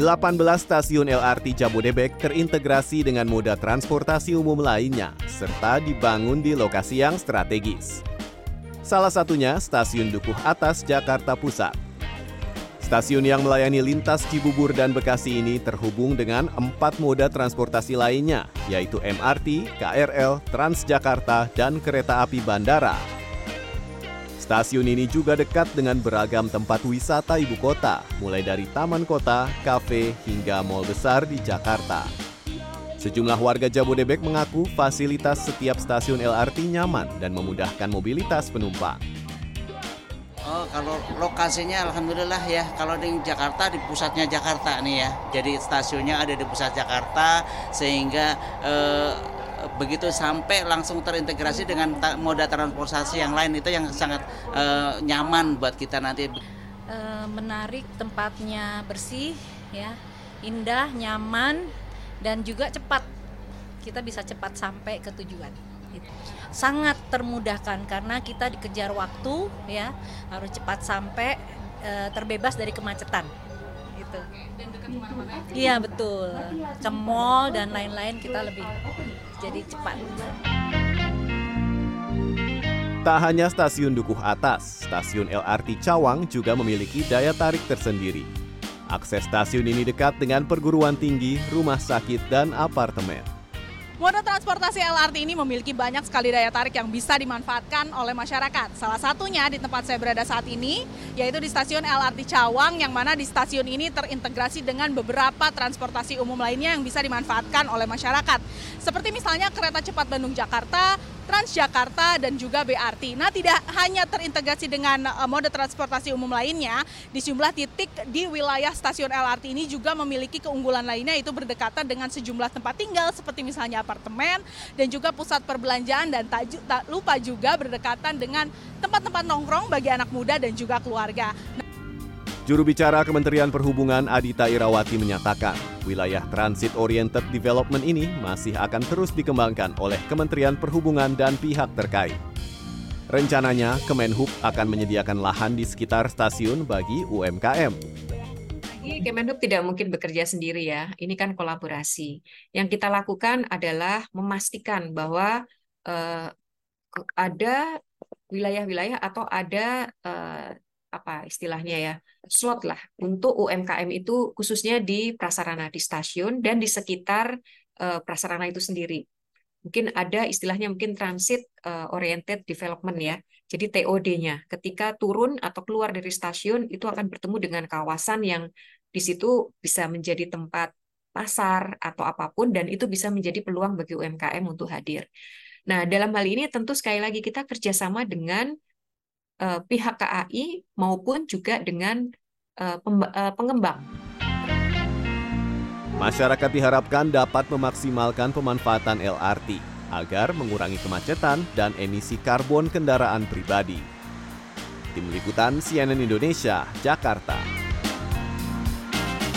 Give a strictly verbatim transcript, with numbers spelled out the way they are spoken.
delapan belas stasiun L R T Jabodebek terintegrasi dengan moda transportasi umum lainnya, serta dibangun di lokasi yang strategis. Salah satunya Stasiun Dukuh Atas, Jakarta Pusat. Stasiun yang melayani lintas Cibubur dan Bekasi ini terhubung dengan empat moda transportasi lainnya, yaitu M R T, K R L, Transjakarta, dan kereta api bandara. Stasiun ini juga dekat dengan beragam tempat wisata ibu kota, mulai dari taman kota, kafe, hingga mal besar di Jakarta. Sejumlah warga Jabodebek mengaku fasilitas setiap stasiun L R T nyaman dan memudahkan mobilitas penumpang. Oh, kalau lokasinya alhamdulillah ya, kalau di Jakarta di pusatnya Jakarta nih ya. Jadi stasiunnya ada di pusat Jakarta sehingga eh, begitu sampai langsung terintegrasi dengan ta- moda transportasi yang lain, itu yang sangat uh, nyaman buat kita nanti. Uh, menarik, tempatnya bersih, ya, indah, nyaman, dan juga cepat. Kita bisa cepat sampai ke tujuan. Gitu. Sangat termudahkan karena kita dikejar waktu, ya, harus cepat sampai, uh, terbebas dari kemacetan. Gitu. Dan dekat kemana-mana? Iya betul, ke mall dan lain-lain kita lebih jadi cepat. Tak hanya stasiun Dukuh Atas, stasiun L R T Cawang juga memiliki daya tarik tersendiri. Akses stasiun ini dekat dengan perguruan tinggi, rumah sakit, dan apartemen. Moda transportasi L R T ini memiliki banyak sekali daya tarik yang bisa dimanfaatkan oleh masyarakat. Salah satunya di tempat saya berada saat ini, yaitu di stasiun L R T Cawang, yang mana di stasiun ini terintegrasi dengan beberapa transportasi umum lainnya yang bisa dimanfaatkan oleh masyarakat. Seperti misalnya kereta cepat Bandung-Jakarta, Transjakarta, dan juga B R T. Nah, tidak hanya terintegrasi dengan uh, moda transportasi umum lainnya, di sejumlah titik di wilayah stasiun L R T ini juga memiliki keunggulan lainnya, yaitu berdekatan dengan sejumlah tempat tinggal seperti misalnya apartemen dan juga pusat perbelanjaan, dan tak, tak lupa juga berdekatan dengan tempat-tempat nongkrong bagi anak muda dan juga keluarga. Juru bicara Kementerian Perhubungan Adita Irawati menyatakan, wilayah Transit Oriented Development ini masih akan terus dikembangkan oleh Kementerian Perhubungan dan pihak terkait. Rencananya, Kemenhub akan menyediakan lahan di sekitar stasiun bagi U M K M. Kemenhub tidak mungkin bekerja sendiri ya, ini kan kolaborasi. Yang kita lakukan adalah memastikan bahwa eh, ada wilayah-wilayah atau ada eh, apa istilahnya ya, slot lah untuk U M K M itu, khususnya di prasarana di stasiun dan di sekitar uh, prasarana itu sendiri. Mungkin ada istilahnya mungkin transit uh, oriented development ya. Jadi T O D-nya ketika turun atau keluar dari stasiun itu akan bertemu dengan kawasan yang di situ bisa menjadi tempat pasar atau apapun, dan itu bisa menjadi peluang bagi U M K M untuk hadir. Nah, dalam hal ini tentu sekali lagi kita kerjasama dengan pihak K A I maupun juga dengan uh, pem- uh, pengembang. Masyarakat diharapkan dapat memaksimalkan pemanfaatan L R T agar mengurangi kemacetan dan emisi karbon kendaraan pribadi. Tim Liputan C N N Indonesia, Jakarta.